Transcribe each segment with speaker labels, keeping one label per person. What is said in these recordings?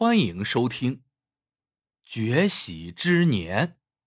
Speaker 1: 欢迎收听《绝喜之年》。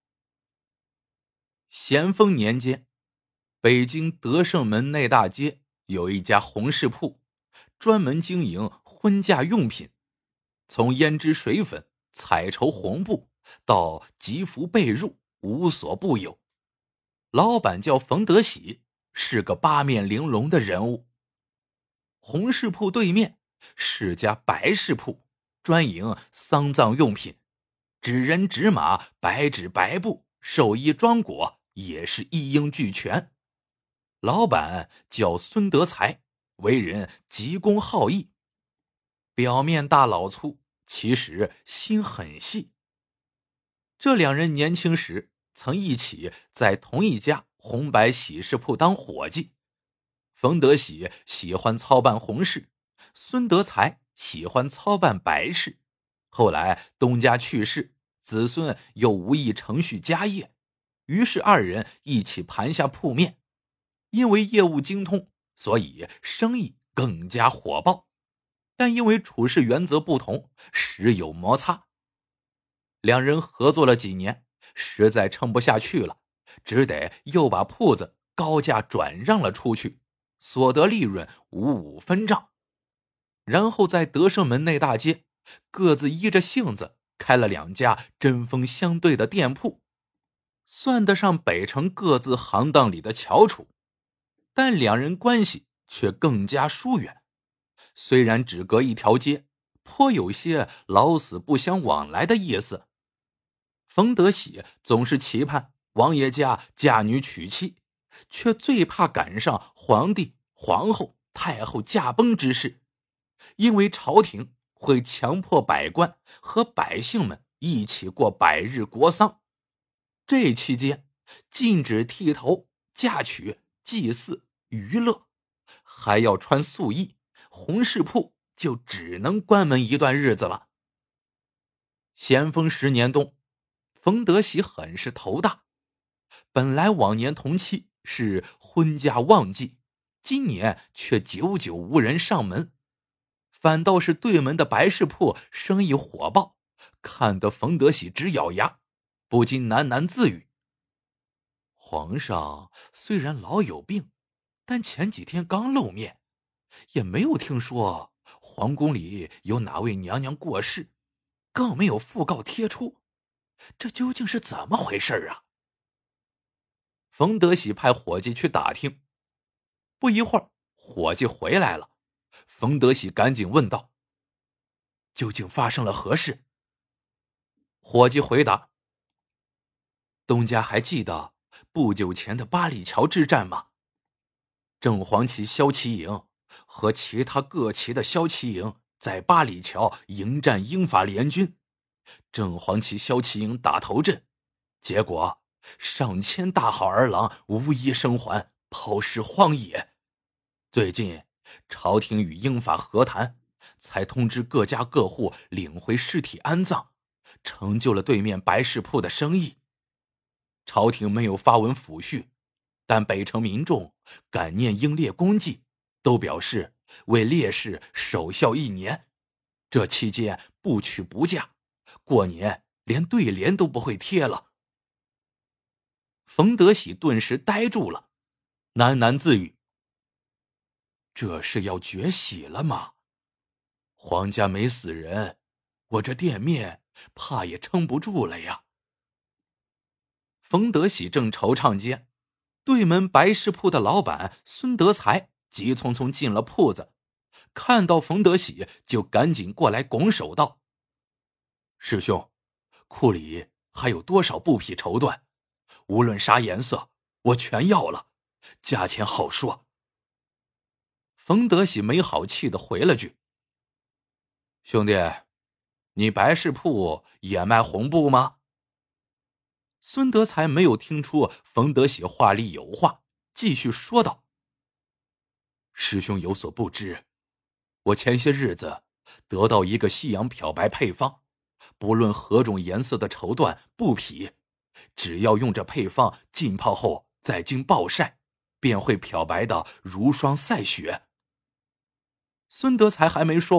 Speaker 1: 咸丰年间，北京德胜门内大街有一家红饰铺，专门经营婚嫁用品，从胭脂水粉、彩绸红布到吉服被褥，无所不有。老板叫冯德喜，是个八面玲珑的人物。红饰铺对面是家白饰铺，专营丧葬用品，纸人纸马、白纸白布、寿衣装裹也是一应俱全。老板叫孙德才，为人急公好义，表面大老粗，其实心很细。这两人年轻时曾一起在同一家红白喜事铺当伙计。冯德喜喜欢操办红事，孙德才喜欢操办白事。后来东家去世，子孙又无意承续家业，于是二人一起盘下铺面。因为业务精通，所以生意更加火爆，但因为处事原则不同，时有摩擦。两人合作了几年，实在撑不下去了，只得又把铺子高价转让了出去，所得利润55分账。然后在德胜门内大街各自依着性子开了两家针锋相对的店铺，算得上北城各自行当里的翘楚，但两人关系却更加疏远。虽然只隔一条街，颇有些老死不相往来的意思。冯德喜总是期盼王爷家嫁女娶妻，却最怕赶上皇帝、皇后、太后驾崩之事，因为朝廷会强迫百官和百姓们一起过百日国丧。这期间禁止剃头、嫁娶、祭祀、娱乐，还要穿素衣，红饰铺就只能关门一段日子了。咸丰10年冬，冯德喜很是头大。本来往年同期是婚嫁旺季，今年却久久无人上门，反倒是对门的白饰铺生意火爆，看得冯德喜直咬牙，不禁喃喃自语：皇上虽然老有病，但前几天刚露面，也没有听说皇宫里有哪位娘娘过世，更没有讣告贴出，这究竟是怎么回事啊？冯德喜派伙计去打听，不一会儿伙计回来了。冯德喜赶紧问道：究竟发生了何事？伙计回答：东家还记得不久前的八里桥之战吗？正黄旗骁骑营和其他各旗的骁骑营在八里桥迎战英法联军，正黄旗骁骑营打头阵，结果上千大好儿郎无一生还，抛尸荒野。最近朝廷与英法和谈，才通知各家各户领回尸体安葬，成就了对面白饰铺的生意。朝廷没有发文抚恤，但北城民众感念英烈功绩，都表示为烈士守孝1年，这期间不娶不嫁，过年连对联都不会贴了。冯德喜顿时呆住了，喃喃自语：这是要绝喜了吗？皇家没死人，我这店面怕也撑不住了呀。冯德喜正惆怅间，对门白饰铺的老板孙德才急匆匆进了铺子，看到冯德喜就赶紧过来拱手道：师兄，库里还有多少布匹绸缎？无论啥颜色，我全要了，价钱好说。冯德喜没好气地回了句：兄弟，你白饰铺也卖红布吗？孙德才没有听出冯德喜话里有话，继续说道：师兄有所不知，我前些日子得到一个西洋漂白配方，不论何种颜色的绸缎布匹，只要用这配方浸泡后再经暴晒，便会漂白的如霜赛雪。孙德才还没说完，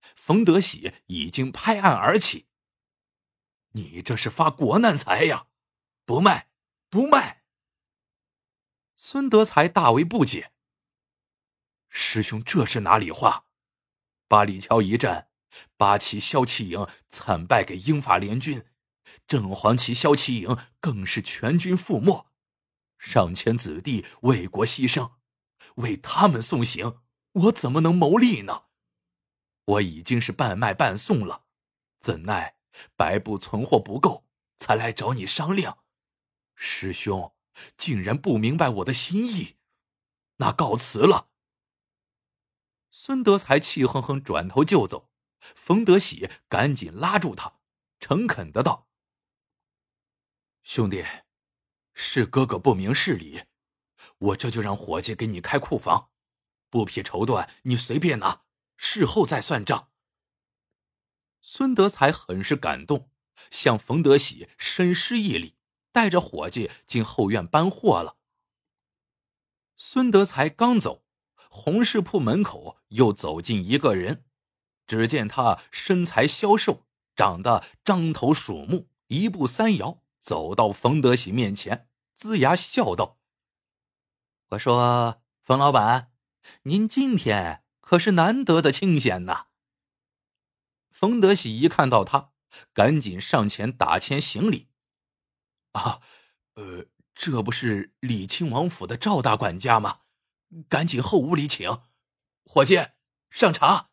Speaker 1: 冯德喜已经拍案而起：“你这是发国难财呀！不卖，不卖！”孙德才大为不解：“师兄这是哪里话？八里桥一战，八旗骁骑营惨败给英法联军，正黄旗骁骑营更是全军覆没，上千子弟为国牺牲，为他们送行，我怎么能谋利呢？我已经是半卖半送了，怎奈白布存货不够，才来找你商量。师兄竟然不明白我的心意，那告辞了。”孙德才气哼哼转头就走，冯德喜赶紧拉住他，诚恳的道：“兄弟，是哥哥不明事理，我这就让伙计给你开库房，布匹绸缎你随便拿，事后再算账。”孙德才很是感动，向冯德喜深施一礼，带着伙计进后院搬货了。孙德才刚走，红柿铺门口又走进一个人，只见他身材消瘦，长得獐头鼠目，一步三摇，走到冯德喜面前，龇牙笑道：“我说冯老板，您今天可是难得的清闲呐。”冯德喜一看到他，赶紧上前打前行礼：“啊，这不是李亲王府的赵大管家吗？赶紧后屋里请。伙计，上茶。”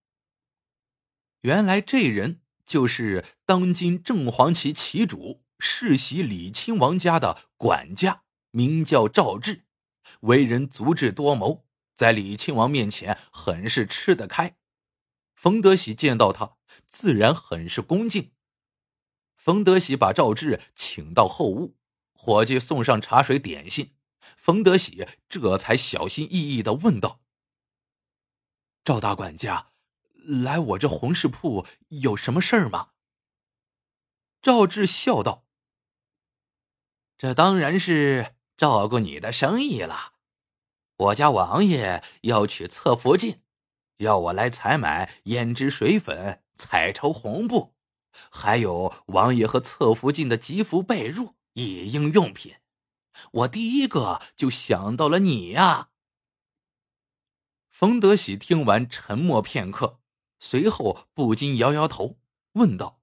Speaker 1: 原来这人就是当今正黄旗旗主世袭李亲王家的管家，名叫赵志，为人足智多谋，在李亲王面前很是吃得开。冯德喜见到他，自然很是恭敬。冯德喜把赵志请到后屋，伙计送上茶水点心，冯德喜这才小心翼翼地问道：“赵大管家，来我这红柿铺有什么事儿吗？”赵志笑道：“这当然是照顾你的生意了。我家王爷要取侧福晋，要我来采买胭脂水粉、彩绸红布，还有王爷和侧福晋的吉服被褥、一应用品。我第一个就想到了你呀。”冯德喜听完沉默片刻，随后不禁摇摇头，问道：“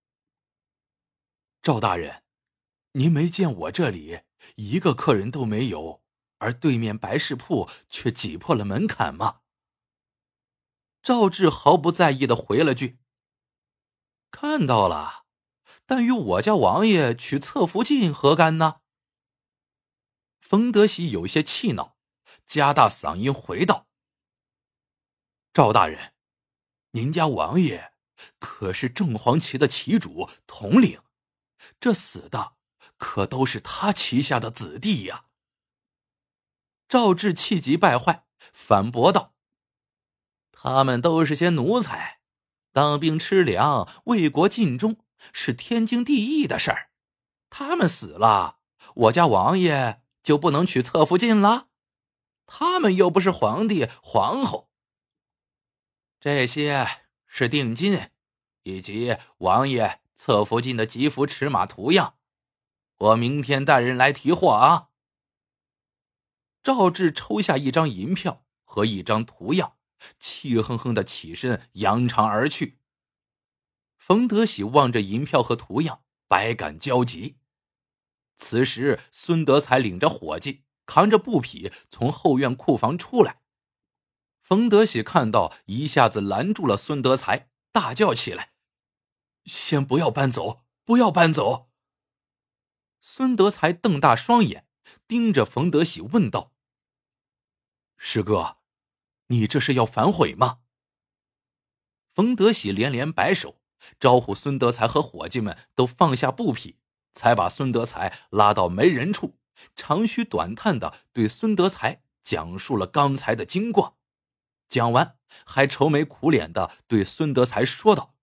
Speaker 1: 赵大人，您没见我这里一个客人都没有，而对面白事铺却挤破了门槛吗？”赵志毫不在意地回了句：“看到了，但与我家王爷取侧福晋何干呢？”冯德喜有些气恼，加大嗓音回道：“赵大人，您家王爷可是正黄旗的旗主统领，这死的可都是他旗下的子弟呀。”赵志气急败坏，反驳道：“他们都是些奴才，当兵吃粮，为国尽忠，是天经地义的事儿。他们死了，我家王爷就不能娶侧福晋了？他们又不是皇帝皇后。这些是定金，以及王爷侧福晋的吉服尺码图样，我明天带人来提货啊。”赵志抽下一张银票和一张图样，气哼哼的起身扬长而去。冯德喜望着银票和图样，百感交集。此时孙德才领着伙计扛着布匹从后院库房出来，冯德喜看到，一下子拦住了孙德才，大叫起来：“先不要搬走，不要搬走！”孙德才瞪大双眼，盯着冯德喜问道：“师哥，你这是要反悔吗？”冯德喜连连摆手，招呼孙德才和伙计们都放下布匹，才把孙德才拉到没人处，长吁短叹地对孙德才讲述了刚才的经过。讲完，还愁眉苦脸地对孙德才说道：“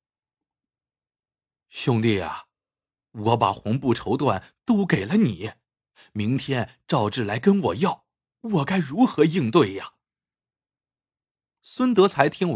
Speaker 1: 兄弟啊，我把红布绸缎都给了你，明天赵志来跟我要，我该如何应对呀？”孙德才听完，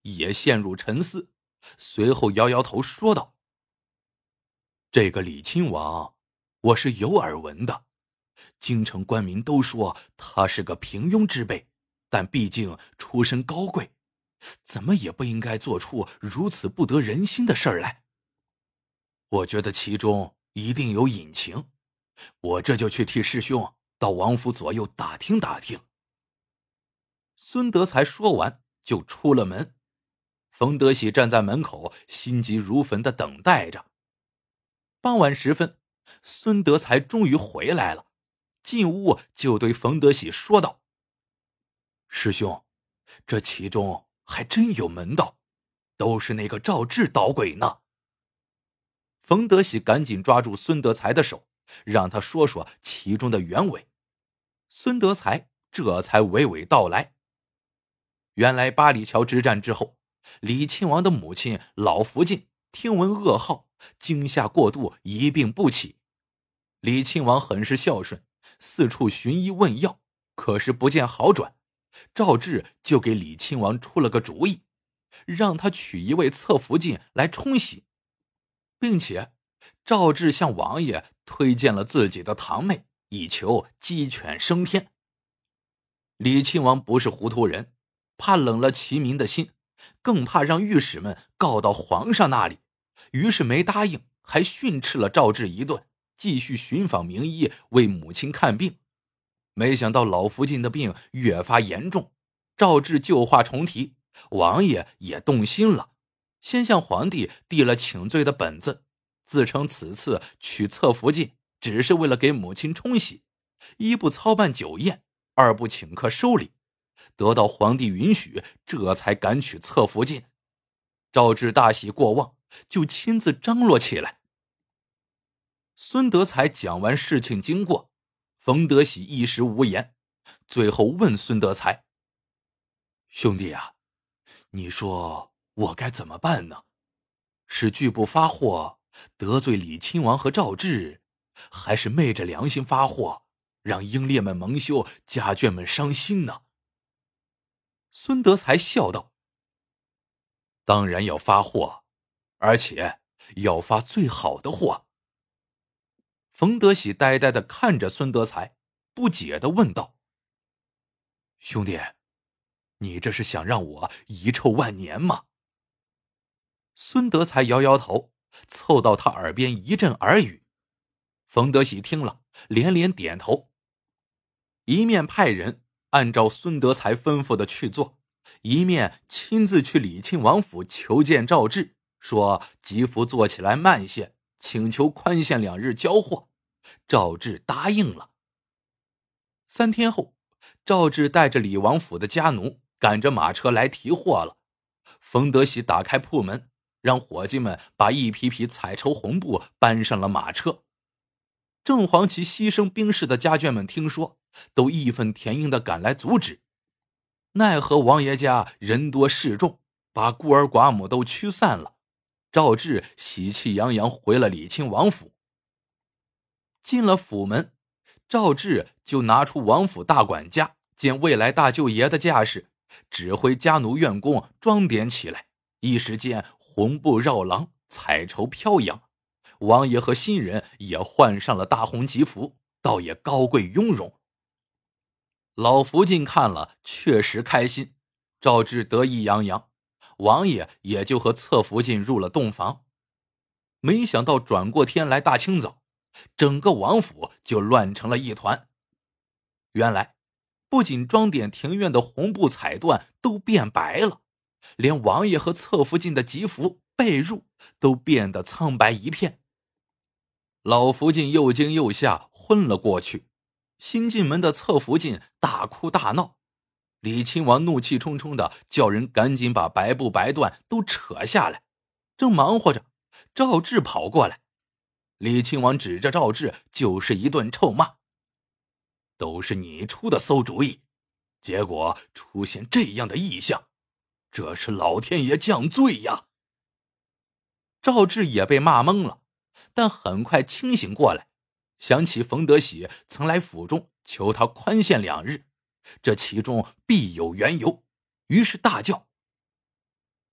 Speaker 1: 也陷入沉思，随后摇摇头说道：“这个李亲王，我是有耳闻的。京城官民都说他是个平庸之辈，但毕竟出身高贵，怎么也不应该做出如此不得人心的事儿来。我觉得其中一定有隐情，我这就去替师兄到王府左右打听打听。”孙德才说完就出了门。冯德喜站在门口，心急如焚地等待着。傍晚时分，孙德才终于回来了，进屋就对冯德喜说道：“师兄，这其中还真有门道，都是那个赵志捣鬼呢。”冯德喜赶紧抓住孙德才的手，让他说说其中的原委。孙德才这才娓娓道来。原来八里桥之战之后，李亲王的母亲老福晋听闻噩耗，惊吓过度，一病不起。李亲王很是孝顺，四处寻医问药，可是不见好转。赵志就给李亲王出了个主意，让他娶一位侧福晋来冲喜，并且赵志向王爷推荐了自己的堂妹，以求鸡犬升天。李亲王不是糊涂人，怕冷了齐民的心，更怕让御史们告到皇上那里，于是没答应，还训斥了赵志一顿，继续寻访名医为母亲看病。没想到老福晋的病越发严重，赵志旧话重提，王爷也动心了，先向皇帝递了请罪的本子，自称此次娶侧福晋只是为了给母亲冲喜，一不操办酒宴，二不请客收礼，得到皇帝允许，这才敢娶侧福晋。赵志大喜过望，就亲自张罗起来。孙德才讲完事情经过，冯德喜一时无言，最后问孙德才：“兄弟啊，你说我该怎么办呢？是拒不发货，得罪李亲王和赵志，还是昧着良心发货，让英烈们蒙羞，家眷们伤心呢？”孙德才笑道：“当然要发货，而且要发最好的货。”冯德喜呆呆地看着孙德才，不解地问道：“兄弟，你这是想让我遗臭万年吗？”孙德才摇摇头，凑到他耳边一阵耳语。冯德喜听了，连连点头，一面派人按照孙德才吩咐的去做，一面亲自去李亲王府求见赵志，说吉服做起来慢些，请求宽限2日交货。赵志答应了。3天后，赵志带着李王府的家奴赶着马车来提货了。冯德喜打开铺门，让伙计们把一匹匹彩绸红布搬上了马车。正黄旗牺牲兵士的家眷们听说，都义愤填膺地赶来阻止。奈何王爷家人多势众，把孤儿寡母都驱散了。赵志喜气洋洋回了李亲王府。进了府门，赵志就拿出王府大管家见未来大舅爷的架势，指挥家奴院工装点起来。一时间红布绕廊，彩绸飘扬，王爷和新人也换上了大红吉服，倒也高贵雍容。老福晋看了确实开心，赵志得意洋洋，王爷也就和侧福晋入了洞房。没想到转过天来大清早，整个王府就乱成了一团。原来不仅装点庭院的红布彩缎都变白了，连王爷和侧福晋的吉服被褥都变得苍白一片。老福晋又惊又吓，昏了过去。新进门的侧福晋大哭大闹，李亲王怒气冲冲的叫人赶紧把白布白缎都扯下来。正忙活着，赵志跑过来，李亲王指着赵志就是一顿臭骂：“都是你出的馊主意，结果出现这样的异象，这是老天爷降罪呀！”赵志也被骂懵了，但很快清醒过来，想起冯德喜曾来府中求他宽限2日，这其中必有缘由，于是大叫：“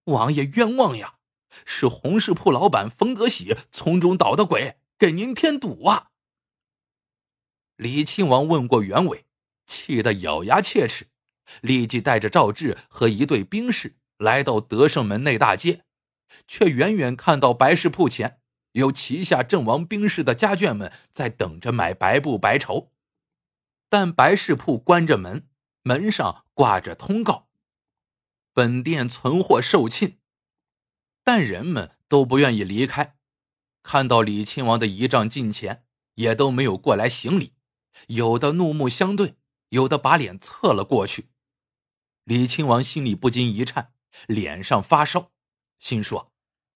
Speaker 1: 王爷冤枉呀！是红柿铺老板冯德喜从中捣的鬼，给您添堵啊！”李亲王问过原委，气得咬牙切齿，立即带着赵志和一队兵士来到德胜门内大街，却远远看到白事铺前有旗下阵亡兵士的家眷们在等着买白布白绸。但白事铺关着门，门上挂着通告：本店存货售罄。但人们都不愿意离开，看到李亲王的仪仗近前，也都没有过来行礼，有的怒目相对，有的把脸侧了过去。李亲王心里不禁一颤，脸上发烧，心说：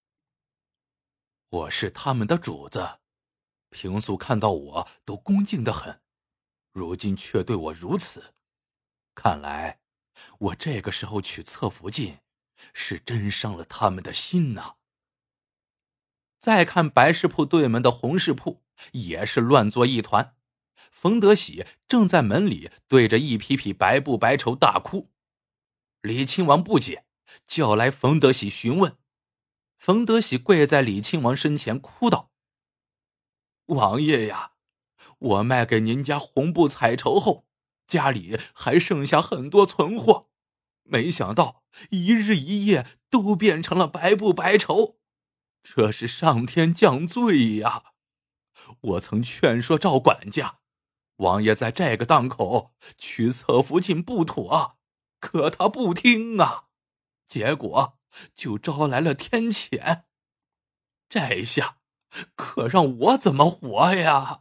Speaker 1: 我是他们的主子，平素看到我都恭敬得很，如今却对我如此，看来我这个时候取侧福晋，是真伤了他们的心呐。再看白事铺对门的红事铺，也是乱作一团。冯德喜正在门里对着一匹匹白布白绸大哭。李亲王不解，叫来冯德喜询问。冯德喜跪在李亲王身前哭道：王爷呀，我卖给您家红布彩绸后，家里还剩下很多存货，没想到一日一夜都变成了白布白绸，这是上天降罪呀！我曾劝说赵管家，王爷在这个档口取侧福晋不妥，可他不听啊，结果就招来了天谴。这下可让我怎么活呀？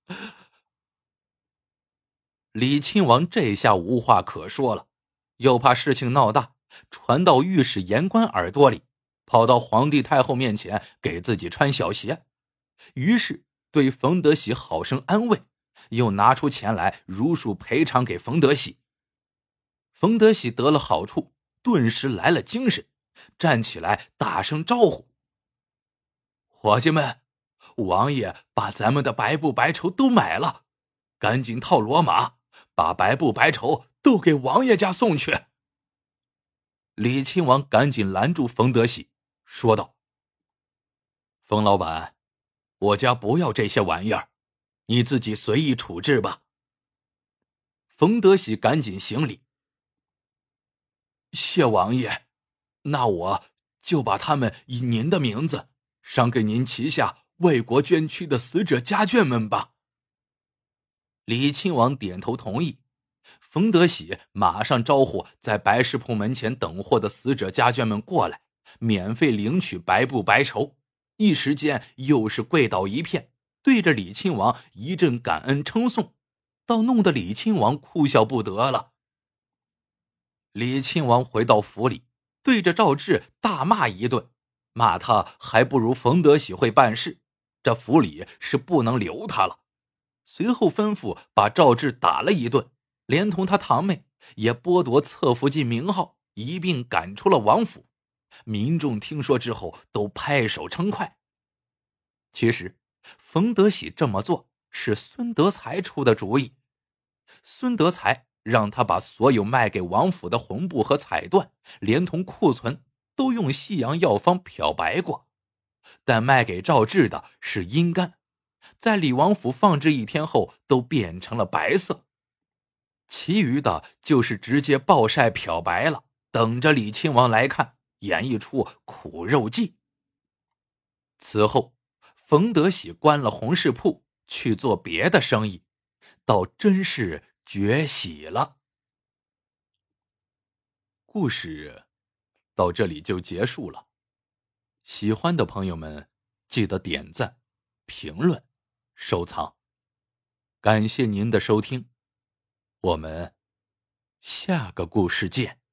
Speaker 1: 李亲王这下无话可说了，又怕事情闹大，传到御史言官耳朵里，跑到皇帝太后面前给自己穿小鞋，于是对冯德喜好生安慰，又拿出钱来如数赔偿给冯德喜。冯德喜得了好处，顿时来了精神，站起来大声招呼：伙计们，王爷把咱们的白布白绸都买了，赶紧套骡马，把白布白绸都给王爷家送去。李亲王赶紧拦住冯德喜，说道：冯老板，我家不要这些玩意儿，你自己随意处置吧。冯德喜赶紧行礼：谢王爷，那我就把他们以您的名字赏给您旗下为国捐躯的死者家眷们吧。李亲王点头同意，冯德喜马上招呼在白事铺门前等货的死者家眷们过来，免费领取白布白绸，一时间又是跪倒一片，对着李亲王一阵感恩称颂，倒弄得李亲王哭笑不得了。李亲王回到府里，对着赵志大骂一顿，骂他还不如冯德喜会办事，这府里是不能留他了。随后吩咐把赵志打了一顿，连同他堂妹也剥夺侧福晋名号，一并赶出了王府。民众听说之后都拍手称快。其实冯德喜这么做是孙德才出的主意，孙德才让他把所有卖给王府的红布和彩缎连同库存都用西洋药方漂白过，但卖给赵志的是阴干，在李王府放置1天后都变成了白色，其余的就是直接暴晒漂白了，等着李亲王来看，演绎出苦肉计。此后冯德喜关了红事铺，去做别的生意，倒真是绝喜了。故事到这里就结束了，喜欢的朋友们记得点赞、评论、收藏。感谢您的收听，我们下个故事见。